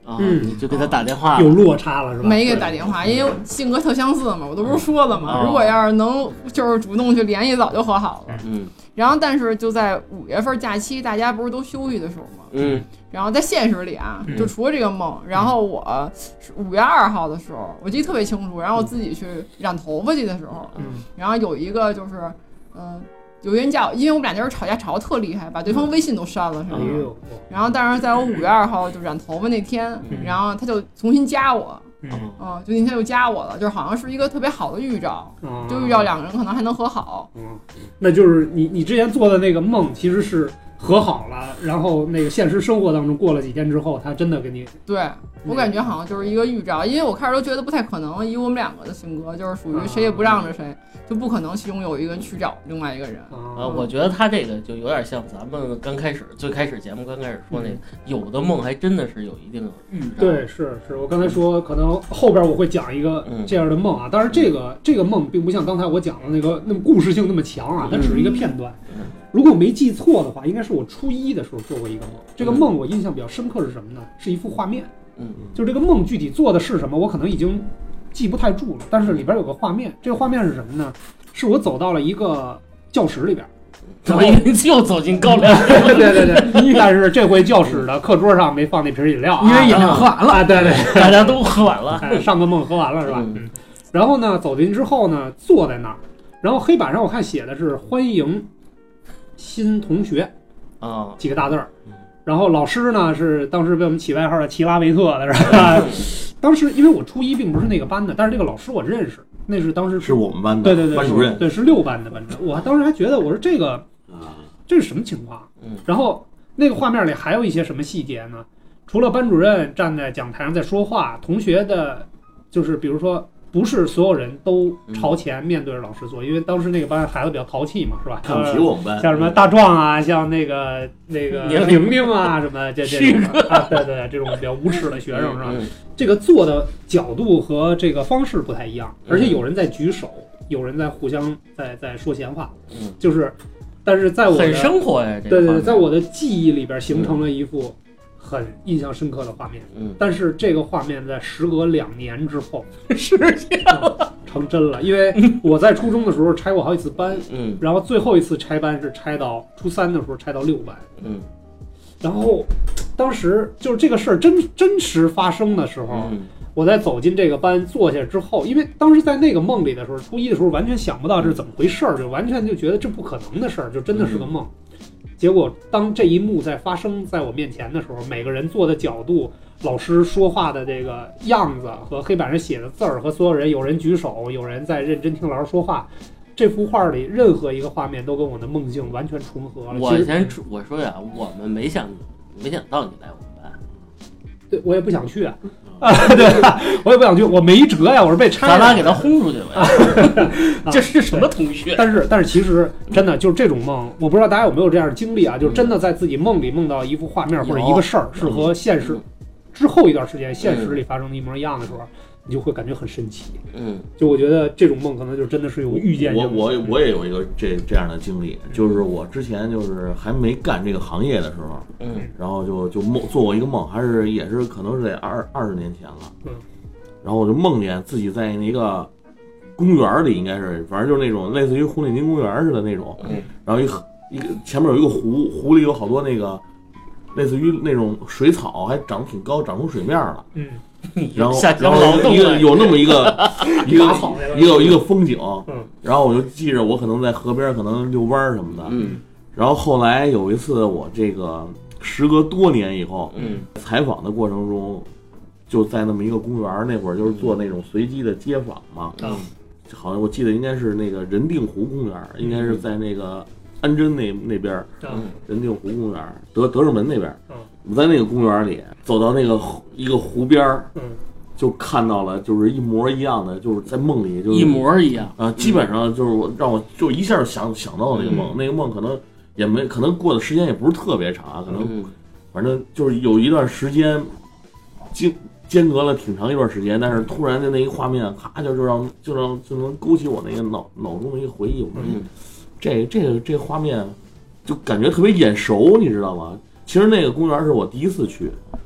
啊，你就给他打电话， 有落差了是吧？ 没给打电话，因为性格特相似嘛，我都不是说了嘛。如果要是能就是主动去联系，早就和好了。 嗯。 然后，但是就在五月份假期，大家不是都休息的时候嘛。 嗯。 然后在现实里啊，就除了这个梦，然后我是五月二号的时候，我记得特别清楚。然后我自己去染头发去的时候， 嗯。 然后有一个就是，嗯、呃。有人叫，因为我们俩那时候吵架吵得特厉害，把对方微信都删了，是吧？ 嗯、 然后，但是在我五月二号就染头发那天， 嗯、 然后他就重新加我， 嗯， 嗯就那天就加我了，就是好像是一个特别好的预兆， 嗯、 就预兆两个人可能还能和好。 嗯，那就是你你之前做的那个梦其实是和好了，然后那个现实生活当中过了几天之后，他真的给你。 对我感觉好像就是一个预兆，因为我开始都觉得不太可能，以我们两个的性格，就是属于谁也不让着谁。就不可能其中有一个人去找另外一个人啊！我觉得他这个就有点像咱们刚开始最开始节目刚开始说那个，嗯、有的梦还真的是有一定的预兆。 对，是是，我刚才说可能后边我会讲一个这样的梦啊，当然这个这个梦并不像刚才我讲的那个那么故事性那么强啊，它只是一个片段。 嗯、 如果我没记错的话，应该是我初一的时候做过一个梦。这个梦我印象比较深刻是什么呢？是一幅画面。 嗯， 就这个梦具体做的是什么，我可能已经记不太住了，但是里边有个画面，这个画面是什么呢？是我走到了一个教室里边， 然后又走进高粱。 对对对，但是这回教室的课桌上没放那瓶饮料， 因为饮料喝完了。 啊，对对， 大家都喝完了， 哎、上个梦喝完了是吧？ 嗯。 然后呢，走进之后呢，坐在那儿，然后黑板上我看写的是欢迎新同学啊， 几个大字儿。然后老师呢是当时为我们起外号的齐拉维特的是吧？当时因为我初一并不是那个班的，但是这个老师我认识。那是当时是我们班的， 对对对， 班主任， 对是六班的班主任。我当时还觉得我说这个，这是什么情况？ 嗯， 然后那个画面里还有一些什么细节呢？除了班主任站在讲台上在说话，同学的，就是比如说不是所有人都朝前面对着老师坐，嗯、因为当时那个班孩子比较淘气嘛，是吧？ 看不起我们班， 像什么大壮啊，像那个那个玲玲啊，什么这这种啊，对对，这种比较无耻的学生是吧？ 嗯、 这个坐的角度和这个方式不太一样，而且有人在举手，有人在互相在在说闲话， 嗯， 就是，但是在我的很生活呀， 对对对，在我的记忆里边形成了一幅很印象深刻的画面， 嗯， 但是这个画面在时隔两年之后实现了， 成真了，因为我在初中的时候拆过好几次班， 嗯， 然后最后一次拆班是拆到初三的时候拆到六班， 嗯， 然后当时就是这个事儿真真实发生的时候。 嗯， 我在走进这个班坐下之后，因为当时在那个梦里的时候，初一的时候完全想不到这是怎么回事儿，就完全就觉得这不可能的事儿，就真的是个梦。结果当这一幕在发生在我面前的时候，每个人坐的角度，老师说话的这个样子和黑板上写的字儿，和所有人有人举手，有人在认真听老师说话，这幅画里任何一个画面都跟我的梦境完全重合了。 我先我说呀，我们没想没想到你来我们班， 对我也不想去啊。啊，对吧？我也不想去，我没辙呀，我是被拆的， 咱俩给他轰出去了呀。这是什么同学？ 但是，但是其实真的就是这种梦，我不知道大家有没有这样的经历啊？就真的在自己梦里梦到一幅画面或者一个事儿，是和现实之后一段时间现实里发生的一模一样的时候，你就会感觉很神奇。 嗯， 就我觉得这种梦可能就真的是有预见。 我我我也有一个这这样的经历，就是我之前就是还没干这个行业的时候， 嗯， 然后就就梦做过一个梦，还是也是可能是得二二十年前了， 嗯， 然后我就梦见自己在一个公园里，应该是反正就是那种类似于红领巾公园似的那种， 嗯， 然后一个一个前面有一个湖，湖里有好多那个类似于那种水草，还长得挺高，长出水面了， 嗯。 然后，然后一个有那么一个一个一个一个风景，然后我就记着我可能在河边可能遛弯什么的， 嗯， 然后后来有一次我这个时隔多年以后， 嗯， 采访的过程中，就在那么一个公园，那会儿就是做那种随机的街访嘛， 嗯， 好像我记得应该是那个人定湖公园，应该是在那个安贞那那边， 嗯， 人定湖公园，德德胜门那边，嗯。我在那个公园里走到那个一个湖边儿， 嗯， 就看到了，就是一模一样的，就是在梦里就是一模一样啊，基本上就是我让我就一下想想到那个梦， 嗯、 那个梦可能也没可能过的时间也不是特别长，可能、嗯、反正就是有一段时间间间隔了挺长一段时间，但是突然的那一画面，咔就就让就让就能勾起我那个脑脑中的一个回忆，我说、 嗯、 这这个这个画面就感觉特别眼熟，你知道吗？其实那个公园是我第一次去，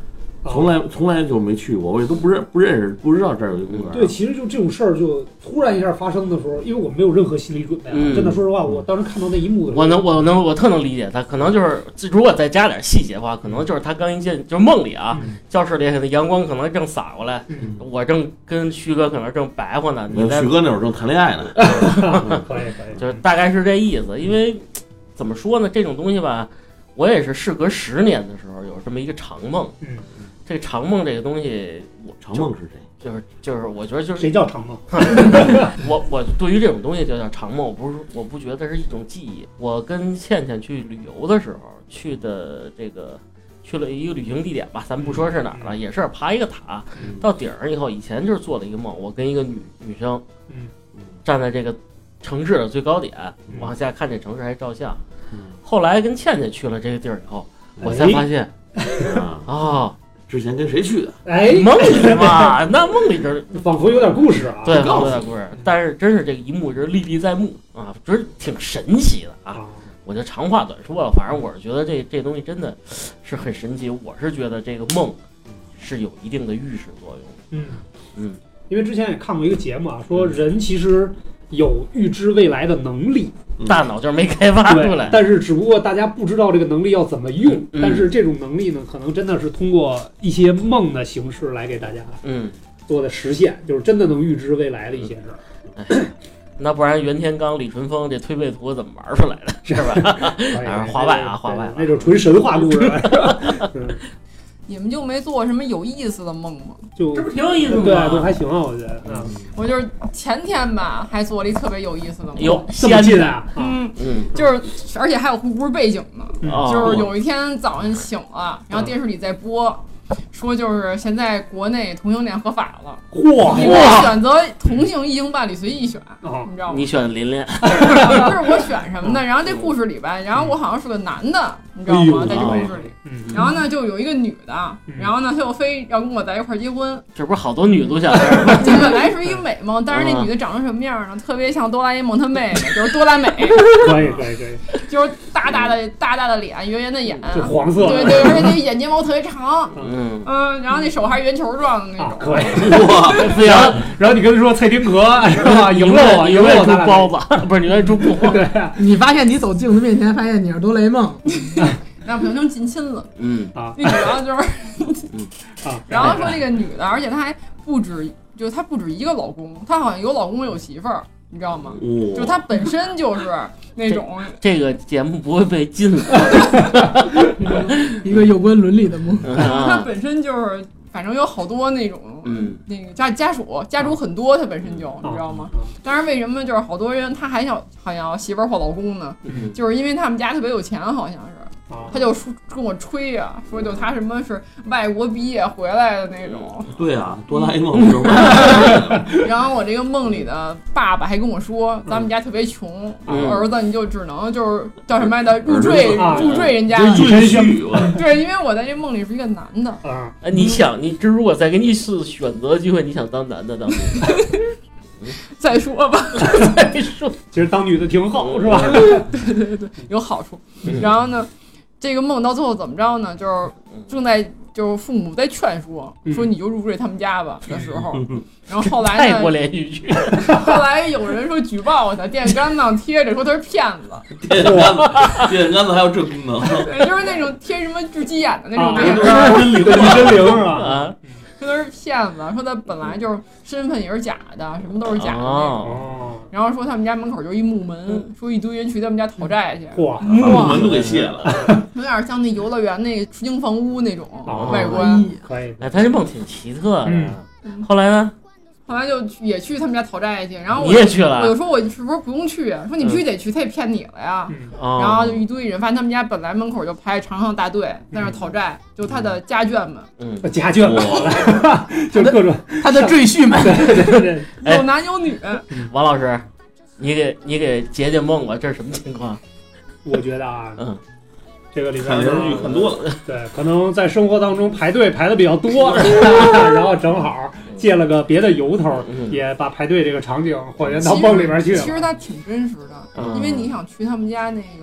从来从来就没去过，我也都不认不认识，不知道这儿有一公园。 对，其实就这种事儿，就突然一下发生的时候，因为我没有任何心理准备啊，嗯、真的说实话，我当时看到那一幕的时候， 我能我能我特能理解他，可能就是如果再加点细节的话，可能就是他刚一进就是梦里啊，嗯、教室里可能阳光可能正洒过来，嗯、我正跟徐哥可能正白话呢，你在徐哥那会儿正谈恋爱呢， 可以可以， 就是大概是这意思，因为怎么说呢，这种东西吧。我也是事隔十年的时候有这么一个长梦，嗯，这长梦这个东西，我长梦是谁？ 就是就是，我觉得就是谁叫长梦？ 我我对于这种东西就叫长梦，我不是我不觉得是一种记忆。我跟倩倩去旅游的时候去的这个去了一个旅行地点吧，咱不说是哪儿了，也是爬一个塔，到顶上以后，以前就是做了一个梦，我跟一个女女生，嗯，站在这个城市的最高点，往下看这城市还照相。后来跟倩倩去了这个地儿以后，我才发现，啊、哦， 之前跟谁去的？ 哎， 梦里嘛，那梦里边仿佛有点故事啊。 对，仿佛有点故事，但是真是这个一幕是历历在目啊，就是挺神奇的啊。啊我就长话短说了，反正我是觉得这这东西真的是很神奇。我是觉得这个梦是有一定的预示作用。 嗯嗯， 因为之前也看过一个节目啊，说人其实有预知未来的能力。 大脑就是没开发出来， 但是只不过大家不知道这个能力要怎么用。嗯、但是这种能力呢，可能真的是通过一些梦的形式来给大家嗯做的实现，嗯、就是真的能预知未来的一些事儿。 哎，那不然袁天罡、李淳风这推背图怎么玩出来的？是吧？哎，话外啊，话外， 那种纯神话故事。嗯你们就没做过什么有意思的梦吗？ 就这不挺有意思的吗？ 对，都还行啊，我觉得。嗯， 我就是前天吧，还做了一特别有意思的梦。 有这么近啊？ 嗯嗯，就是而且还有故事背景呢。嗯、就是有一天早上醒了，然后电视里在播。说就是现在国内同性恋合法了， 嚯！ 你可以选择同性异性伴侣随意选， 哦、 你知道吗？ 你选琳琳， 不是我选什么的。然后这故事里边，然后我好像是个男的，你知道吗？在这故事里， 嗯、 然后呢就有一个女的，然后呢她又非要跟我在一块结婚。 这不是好多女的都想？ 这本来是一个美梦，但是那女的长成什么样呢？特别像哆啦 A 梦她妹妹，就是哆啦美。 可以可以可以， 就是大大的大大的脸，圆圆的眼， 就黄色。 对对，而且那个眼睫毛特别长。 嗯嗯，然后那手还是圆球状的那种，啊、 可以哇！然后然后你跟他说蔡丁壳是吧？赢了我，赢了我猪包子，不是你那猪布。 对， 你发现你走镜子面前，发现你是哆啦 A 梦， 那可能成近亲了。 嗯啊，那主要就是啊，然后说那个女的，而且她还不止，就是她不止一个老公，她好像有老公有媳妇儿。你知道吗？哦、就是她本身就是那种这，这个节目不会被禁了。 一个有关伦理的梦。 她本身就是，反正有好多那种，嗯，那个家家属家属很多，她本身就，你知道吗？但是为什么就是好多人她还想好像要媳妇儿或老公呢？嗯、就是因为他们家特别有钱，好像是。他就说跟我吹呀、啊，说就他什么是外国毕业回来的那种。 对啊，哆啦 A 梦是吧？ 然后我这个梦里的爸爸还跟我说，咱们家特别穷，嗯、儿子你就只能就是叫什么来的入赘入赘人家。对，因为我在这梦里是一个男的。 啊，你想，你这如果再给你一次选择机会，你想当男的当女的？ 再说吧，再说。 其实当女的挺好，是吧？ 对对对，有好处。然后呢？这个梦到最后怎么着呢？就是正在就是父母在劝说，说你就入赘他们家吧的时候，然后后来呢？ 泰国连续剧。 后来有人说举报他，电线杆上贴着说他是骗子。 电线杆子，电线杆子还有这功能？ 对，就是那种贴什么治鸡眼的那种。 啊，真灵，真灵是吧？ 啊。说他是骗子，说他本来就是身份也是假的，什么都是假的那种。哦、然后说他们家门口就一木门，说一堆人去他们家讨债去， 哇， 木门都给卸了， 有点像那游乐园那雏形房屋那种、 哦、 外观。 可以， 哎，他这梦挺奇特的。嗯、后来呢？ 后来就也去他们家讨债去，然后我你也去了， 我就说我是不是不用去啊？说你必须得去，他也骗你了呀。嗯、然后就一堆人，发现他们家本来门口就排长长的大队，在那讨债，就他的家眷们， 嗯，家眷们，就各种他的赘婿们， 对对对， 有男有女。 王老师，你给你给解解梦吧，这是什么情况？ 我觉得啊，嗯。这个里边看电视剧看多了， 对，可能在生活当中排队排的比较多，然后正好借了个别的由头，嗯、也把排队这个场景还原到梦里边去了。 其实它挺真实的，嗯、因为你想去他们家那个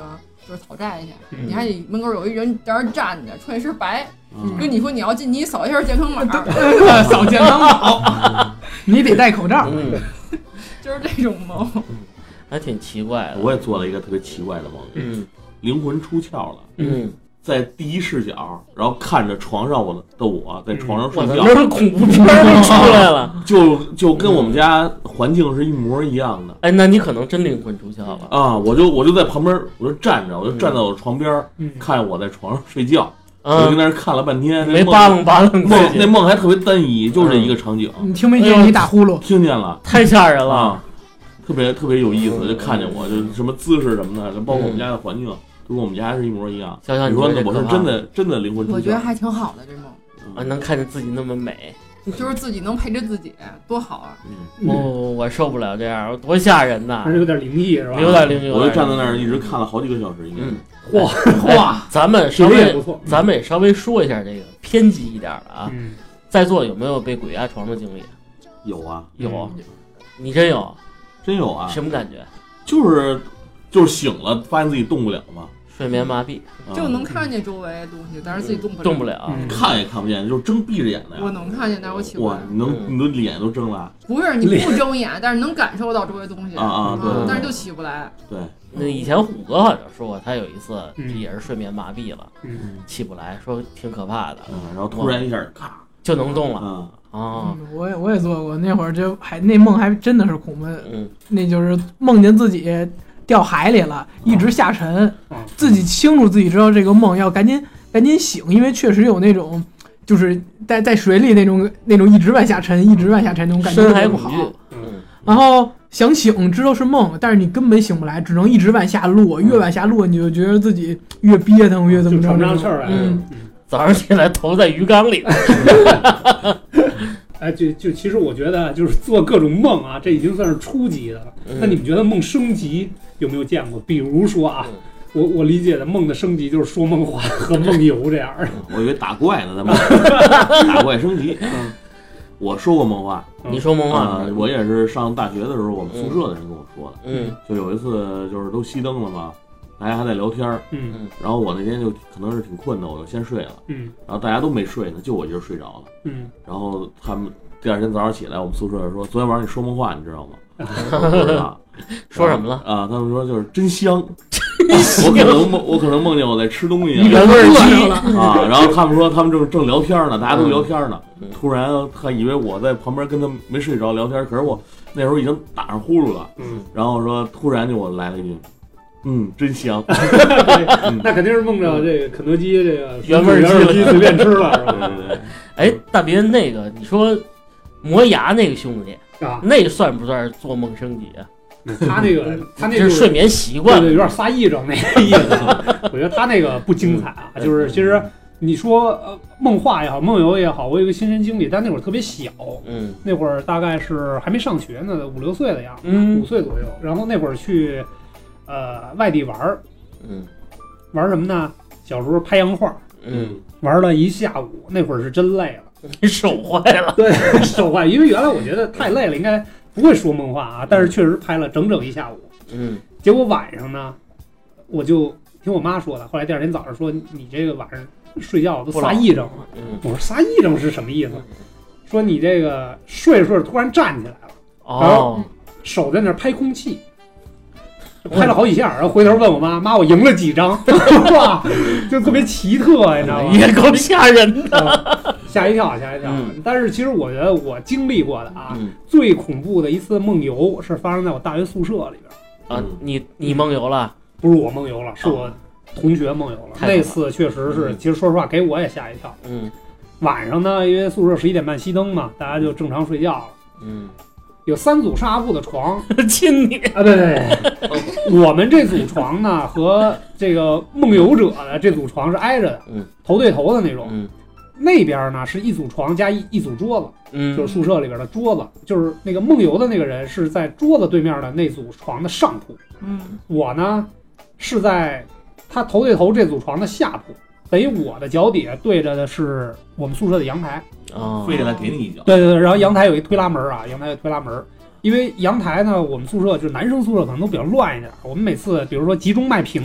就是讨债去，嗯、你还得门口有一人在那儿站着，穿一身白，嗯、跟你说你要进，你扫一下健康码， 扫健康码，你得戴口罩， 嗯， 就是这种梦， 还挺奇怪的。 我也做了一个特别奇怪的梦， 嗯， 灵魂出窍了， 嗯。 在第一视角，然后看着床上我的我在床上睡觉， 那是恐怖片都出来了， 就就跟我们家环境是一模一样的。 哎，那你可能真灵魂出窍了啊！我就我就在旁边，我就站着，我就站在我床边，嗯、看我在床上睡觉，嗯、我就在那看了半天， 没扒楞扒楞梦，那梦还特别单一，就这一个场景。 你听没听？你打呼噜？ 听见了， 太吓人了， 啊、特别特别有意思，就看见我，就什么姿势什么的，包括我们家的环境。跟我们家是一模一样。 想想你说我是真的真的灵魂出窍， 我觉得还挺好的这梦啊，能看见自己那么美， 就是自己能陪着自己，多好啊！ 嗯，我、哦、我受不了这样，多吓人呐！ 还是有点灵异是吧？ 有点灵异， 我就站在那儿一直看了好几个小时，应该。 嗯、哇哇、哎，咱们稍微咱们也稍微说一下这个偏激一点的啊， 嗯、 在座有没有被鬼压床的经历？ 有啊， 有，嗯、你真有？ 真有啊！ 什么感觉？ 就是就是醒了，发现自己动不了嘛。 睡眠麻痹， 就能看见周围的东西，但是自己动不了， 动不了， 嗯、看也看不见，就是睁闭着眼的呀。 我能看见，但是我起不来。 哇，你能，你的脸都睁了？ 不是，你不睁眼，但是能感受到周围东西啊啊，对， 但是就起不来。 对， 那以前虎哥好像说过，他有一次也是睡眠麻痹了， 嗯， 起不来，说挺可怕的。 嗯，然后突然一下，咔就能动了。 嗯哦， 我也我也做过，那会儿就还那梦还真的是恐怖， 嗯， 那就是梦见自己掉海里了，一直下沉，哦、自己清楚自己知道这个梦要赶紧赶紧醒，因为确实有那种就是在在水里那种那种一直往下沉一直往下沉那种感觉深海不好， 嗯， 然后想醒知道是梦，但是你根本醒不来，只能一直往下落，越往下落你就觉得自己越憋腾越怎么着， 就喘不上气儿来， 嗯， 早上起来头在鱼缸里。 哎，就就其实我觉得就是做各种梦啊，这已经算是初级的了。 嗯、 那你们觉得梦升级有没有见过？比如说啊，嗯、我我理解的梦的升级就是说梦话和梦游这样。 我以为打怪呢，咱们打怪升级。嗯，我说过梦话， 你说梦话、 呃，我也是上大学的时候，我们宿舍的人跟我说的。 嗯， 就有一次就是都熄灯了嘛。大家还在聊天， 嗯， 然后我那天就可能是挺困的，我就先睡了， 嗯， 然后大家都没睡呢，就我一人睡着了， 嗯， 然后他们第二天早上起来，我们宿舍说昨天晚上你说梦话，你知道吗？不知道， 说什么了啊？他们说就是真香，我可能梦，我可能梦见我在吃东西， 原味鸡啊，然后他们说他们正正聊天呢，大家都聊天呢，嗯、突然他以为我在旁边跟他没睡着聊天，可是我那时候已经打上呼噜了， 嗯， 然后说突然就我来了一句。嗯，真香。 那肯定是梦着这个肯德基这个原味鸡随便吃了，是吧？ 对对对。 哎，大斌，那个你说磨牙那个兄弟啊， 那算不算做梦升级啊？ 他那个他那个、就是睡眠习惯， 对对，有点撒癔症那个意思。我觉得他那个不精彩啊， 嗯、 就是其实你说呃梦话也好，梦游也好，我有一个亲身经历，但那会儿特别小， 嗯， 那会儿大概是还没上学呢，五六岁的样子， 嗯， 五岁左右。然后那会儿去。呃，外地玩儿， 嗯， 玩什么呢？小时候拍洋画， 嗯， 玩了一下午，那会儿是真累了， 你手坏了， 对，手坏，因为原来我觉得太累了，应该不会说梦话啊，但是确实拍了整整一下午， 嗯， 结果晚上呢，我就听我妈说的，后来第二天早上说你这个晚上睡觉都撒癔症了， 嗯， 我说撒癔症是什么意思？说你这个睡着睡着突然站起来了， 哦， 然后手在那拍空气。拍了好几下，然后回头问我妈：“妈，我赢了几张？”哇，就特别奇特，你知道吗？ 也够吓人的， 嗯、吓一跳，吓一跳。 嗯、 但是其实我觉得我经历过的啊， 嗯、 最恐怖的一次梦游是发生在我大学宿舍里边。 啊，你你梦游了？ 不是我梦游了，是我同学梦游了。 啊、 那次确实是， 嗯、 其实说实话给我也吓一跳。 嗯， 晚上呢，因为宿舍十一点半熄灯嘛，大家就正常睡觉了。 嗯。 有三组上下铺的床， 亲你啊！对对对，我们这组床呢和这个梦游者的这组床是挨着的， 嗯， 头对头的那种。 嗯， 那边呢是一组床加一一组桌子， 嗯， 就是宿舍里边的桌子，就是那个梦游的那个人是在桌子对面的那组床的上铺， 嗯， 我呢是在他头对头这组床的下铺，等于我的脚底下对着的是我们宿舍的阳台。 哦， 飞着来给你一脚。 对对对，然后阳台有一推拉门啊，阳台有推拉门，因为阳台呢，我们宿舍就是男生宿舍可能都比较乱一点。我们每次比如说集中卖瓶子，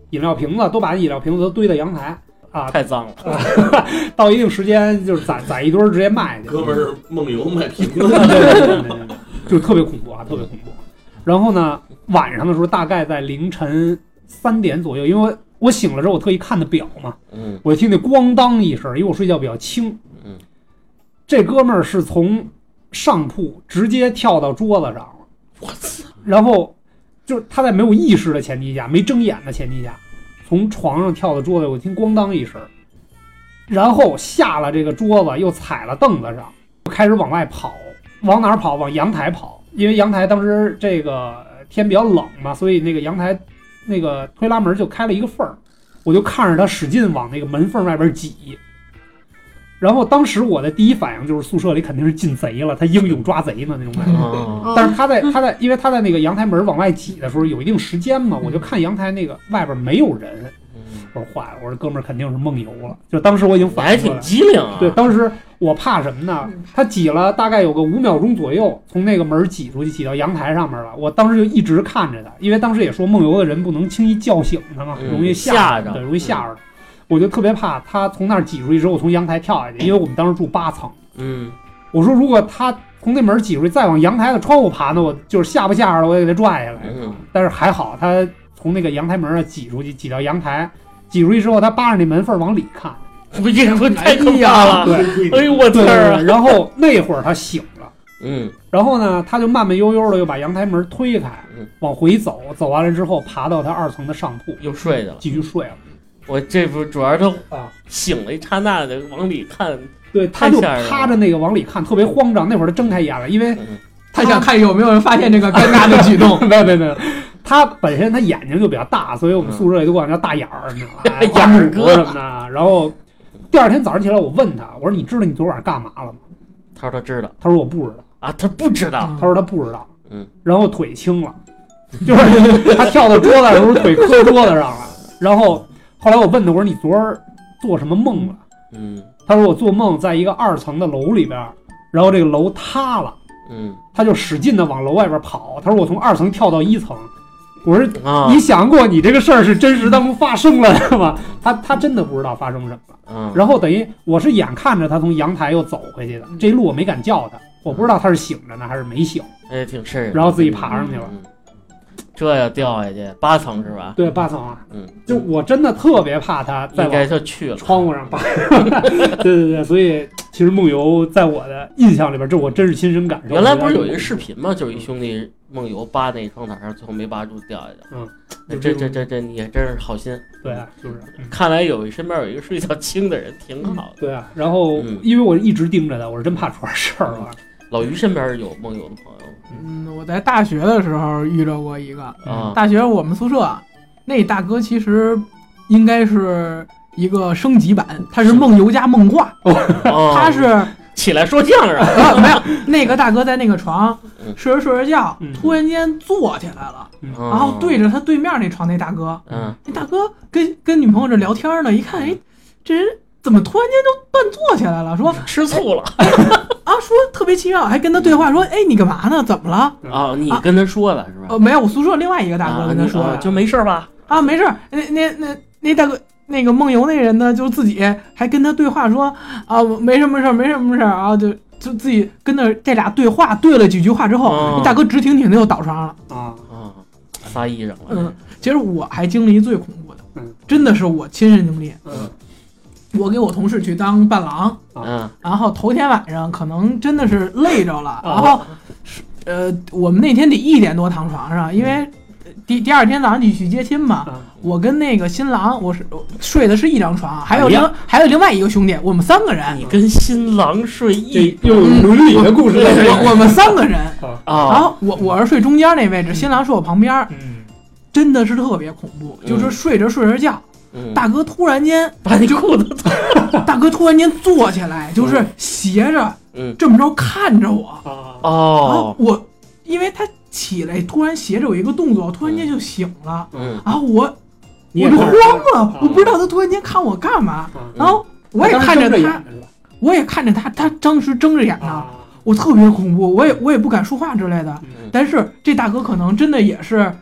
饮料瓶子都把饮料瓶子都堆在阳台啊， 太脏了。 到一定时间就是攒攒一堆直接卖去。 哥们儿梦游卖瓶子， 对对对对对，就特别恐怖啊，特别恐怖。然后呢，晚上的时候大概在凌晨三点左右，因为我醒了之后我特意看的表嘛， 嗯， 我听见咣当一声，因为我睡觉比较轻， 嗯， 这哥们儿是从上铺直接跳到桌子上了， 我操！ 然后就是他在没有意识的前提下，没睁眼的前提下，从床上跳到桌子，我听咣当一声，然后下了这个桌子，又踩了凳子上，开始往外跑，往哪儿跑？往阳台跑，因为阳台当时这个天比较冷嘛，所以那个阳台那个推拉门就开了一个缝儿，我就看着他使劲往那个门缝外边挤。然后当时我的第一反应就是宿舍里肯定是进贼了，他英勇抓贼嘛那种感觉。 哦、 但是他在他在，因为他在那个阳台门往外挤的时候有一定时间嘛，我就看阳台那个外边没有人，我说坏了，我说哥们儿肯定是梦游了。就当时我已经反应过来， 还挺机灵啊。 对，当时我怕什么呢？他挤了大概有个五秒钟左右，从那个门挤出去，挤到阳台上面了。我当时就一直看着他，因为当时也说梦游的人不能轻易叫醒他嘛，容易吓着，对，容易吓着他。我就特别怕他从那儿挤出去之后从阳台跳下去，因为我们当时住八层。 嗯， 我说如果他从那门挤出去再往阳台的窗户爬呢，我就是吓不吓着了，我也给他拽下来。 嗯， 但是还好他从那个阳台门上挤出去，挤到阳台，挤出去之后他扒着那门缝往里看， 我这我太可怕了。 对， 哎呦我天啊！ 然后那会儿他醒了， 嗯， 然后呢他就慢慢悠悠的又把阳台门推开，往回走，走完了之后爬到他二层的上铺， 又睡着了， 继续睡了。 我这不主要是他啊醒了一刹那的往里看， 对，他就趴着那个往里看，特别慌张。那会儿他睁开眼了，因为他想看有没有人发现这个尴尬的举动。 没有没有没有，他本身他眼睛就比较大，所以我们宿舍里都管他叫大眼儿，你知道吗？ 眼儿哥什么的。然后第二天早上起来，我问他，我说你知道你昨晚上干嘛了吗？ 他说他知道。 他说我不知道啊，他不知道。 他说他不知道。 嗯， 然后腿青了，就是他跳到桌子的时候腿磕桌子上了，然后。后来我问他，我说你昨儿做什么梦了？ 嗯， 他说我做梦在一个二层的楼里边，然后这个楼塌了， 嗯， 他就使劲的往楼外边跑。他说我从二层跳到一层。我说、 啊、 你想过你这个事儿是真实当中发生了的吗？他他真的不知道发生什么。 嗯， 然后等于我是眼看着他从阳台又走回去的，这一路我没敢叫他，我不知道他是醒着呢还是没醒。 哎，挺瘆人。 然后自己爬上去了。 嗯嗯这要掉下去，八层是吧？ 对，八层啊。 嗯， 就我真的特别怕他在应该就去了窗户上爬。对对对，所以其实梦游在我的印象里边，这我真是亲身感受。 原来不是有一个视频吗？就是一兄弟梦游扒那窗台上，最后没扒住掉下去。 嗯， 这这这这你也真是好心。 对啊，就是。嗯、 看来有身边有一个睡觉轻的人挺好的。 对啊，然后、嗯、因为我一直盯着他，我是真怕出点事儿了。 老于身边有梦游的朋友。 嗯，我在大学的时候遇着过一个。 啊， 大学我们宿舍那大哥其实应该是一个升级版，他是梦游加梦话。 哦、 他是起来说相声、 啊。没有，那个大哥在那个床睡着睡着觉、 嗯， 突然间坐起来了、 嗯， 然后对着他对面那床那大哥， 嗯， 那大哥跟跟女朋友这聊天呢，一看，哎，这人怎么突然间就半坐起来了？说吃醋了。 啊，说特别奇妙，还跟他对话，说：“哎，你干嘛呢？怎么了？” 啊，你跟他说了、啊、是吧？ 呃，没有，我宿舍另外一个大哥跟他说了， 啊、就没事吧？ 啊，没事。那那那那大哥，那个梦游那人呢，就自己还跟他对话说：“啊，没什么事，没什么事啊。”就就自己跟那这俩对话，对了几句话之后， 啊、 那大哥直挺挺的又倒床上了。 啊啊，撒衣裳了。 嗯，其实我还经历最恐怖的， 嗯， 真的是我亲身经历。 嗯。 我给我同事去当伴郎， 嗯， 然后头天晚上可能真的是累着了，然后，呃，我们那天得一点多躺床上，因为第第二天早上你去接亲嘛。我跟那个新郎，我是睡的是一张床，还有另、哎、还有另外一个兄弟，我们三个人。 你跟新郎睡一， 又有伦理的故事在这、 嗯、我, 我们三个人啊， 然后我我是睡中间那位置，新郎睡我旁边， 嗯， 真的是特别恐怖，嗯、就是睡着睡着觉。 嗯、 大哥突然间把你裤子脱， 大哥突然间坐起来，就是斜着， 嗯， 这么着看着我。 哦， 我因为他起来突然斜着有一个动作，突然间就醒了， 嗯， 然后我我就慌了，我不知道他突然间看我干嘛， 嗯、 然后我也看着他，我也看着他，他当时睁着眼呢， 啊、 我特别恐怖，我也我也不敢说话之类的， 嗯、 但是这大哥可能真的也是。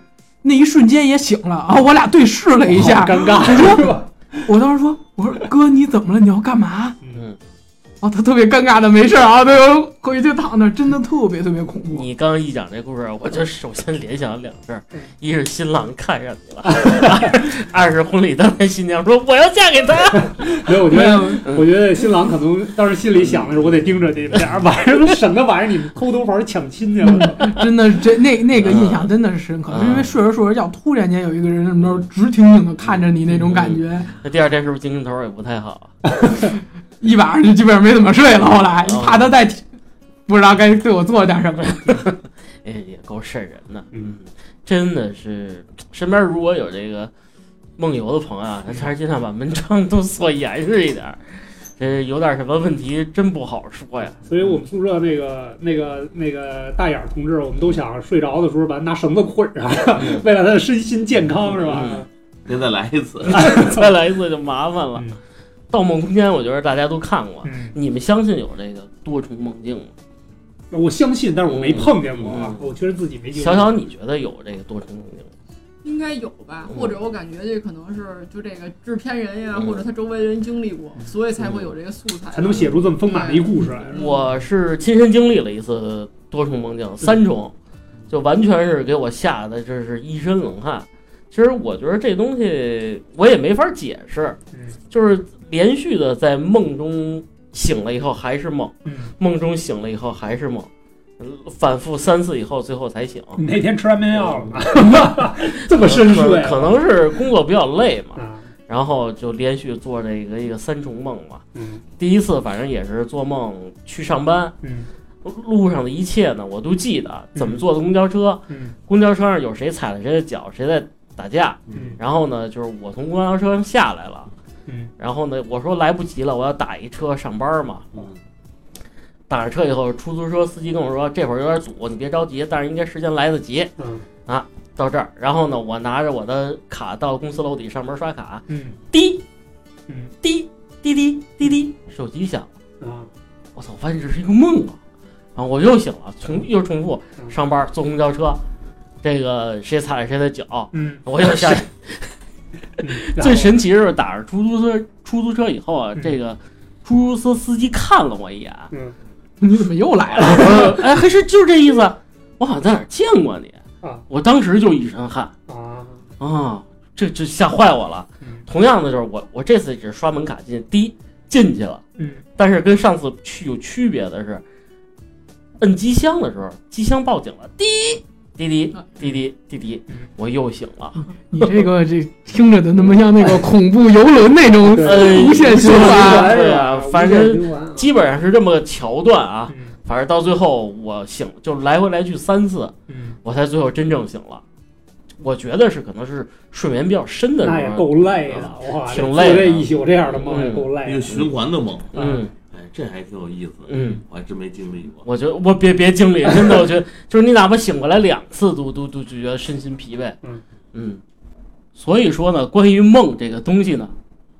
那一瞬间也醒了啊，我俩对视了一下， 尴尬。 我说，我当时说，我说哥你怎么了？你要干嘛？ 嗯。 啊，他特别尴尬的没事啊，他就回去躺那，真的特别特别恐怖。 你刚刚一讲这故事，我就首先联想两事儿，一是新郎看上你了，二, 二是婚礼当天新娘说我要嫁给他。 没有，我觉得我觉得新郎可能当时心里想的是，我得盯着你们俩，晚上省得晚上你们偷偷玩抢亲去了。 真的，这那那个印象真的是深刻，是因为睡着睡着觉，突然间有一个人在那直挺挺的看着你那种感觉。 那第二天是不是精神头也不太好？ 一晚上就基本上没怎么睡了，后来怕他再不知道该对我做点什么。 哎，也够瘆人的，嗯，真的是身边如果有这个梦游的朋友啊，他还是尽量把门窗都锁严实一点，这有点什么问题真不好说呀。 所以我们宿舍那个那个那个大眼同志，我们都想睡着的时候把他拿绳子捆上，嗯、为了他的身心健康，是吧？ 别、嗯、再来一次， 再来一次就麻烦了。嗯盗梦空间我觉得大家都看过、 嗯、 你们相信有这个多重梦境吗？ 我相信，但是我没碰见过、嗯、我确实自己没经历过。 小小你觉得有这个多重梦境吗？ 应该有吧、嗯、或者我感觉这可能是就这个制片人呀、嗯、或者他周围人经历过、嗯、所以才会有这个素材、嗯、 才能写出这么丰满的一故事来。 我是亲身经历了一次多重梦境，三重就完全是给我吓得这是一身冷汗。其实我觉得这东西我也没法解释，就是连续的在梦中醒了以后还是梦，梦中醒了以后还是梦，反复三次以后最后才醒。 你那天吃安眠药了吗？这么深睡、啊？ 可能是工作比较累嘛，然后就连续做这个一个三重梦嘛。第一次反正也是做梦去上班，路上的一切呢我都记得，怎么坐的公交车，公交车上有谁踩了谁的脚，谁在打架，然后呢就是我从公交车上下来了，然后呢我说来不及了，我要打一车上班嘛，打上车以后出租车司机跟我说这会儿有点堵，你别着急，但是应该时间来得及，啊到这儿，然后呢我拿着我的卡到公司楼底上门刷卡，滴滴滴滴滴滴手机响了，我操，我发现这是一个梦啊，然后我又醒了，重又重复上班坐公交车，这个谁踩了谁的脚，嗯，我又下去。最神奇是打上出租车，出租车以后啊，嗯、这个出租车司机看了我一眼，嗯， 你怎么又来了？ 哎，还是就是这意思，我好像在哪儿见过你啊！我当时就一身汗啊啊，这这吓坏我了。嗯、同样的就是我我这次只是刷门卡进，第一进去了，嗯，但是跟上次去有区别的是，摁机箱的时候，机箱报警了，滴。滴滴滴滴滴滴，我又醒了。 你这个这听着的那么像那个恐怖游轮那种无限循环， 对啊，反正基本上是这么个桥段啊。反正到最后我醒，就来回来去三次，我才最后真正醒了。我觉得是可能是睡眠比较深的人， 那也够累的，哇， 挺累的。 这一宿这样的梦也够累， 一个循环的梦， 嗯。 这还挺有意思的， 嗯， 我还真没经历过。 我觉得我别别经历，真的，我觉得就是你哪怕醒过来两次都，都都都觉得身心疲惫。嗯嗯，所以说呢，关于梦这个东西呢，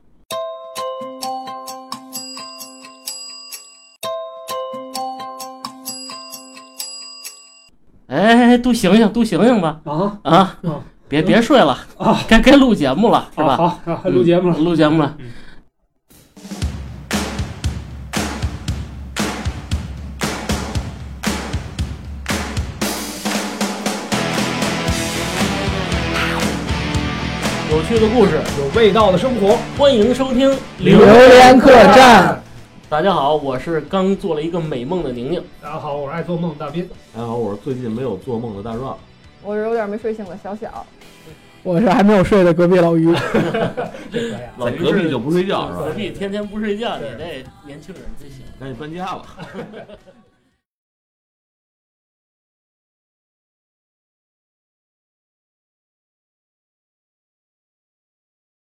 哎，都醒醒，都醒醒吧！啊啊，嗯、别别睡了啊，该该录节目了，是吧？ 好，好，录节目了， 嗯、录节目了。嗯有趣的故事， 有味道的生活， 欢迎收听榴莲客栈。 大家好，我是刚做了一个美梦的宁宁。 大家好，我是爱做梦大斌。 大家好，我是最近没有做梦的大壮。 我是有点没睡醒的小小。 我是还没有睡的隔壁老于。 在隔壁就不睡觉是吧？ 隔壁天天不睡觉，你这年轻人真行。 赶紧搬家吧。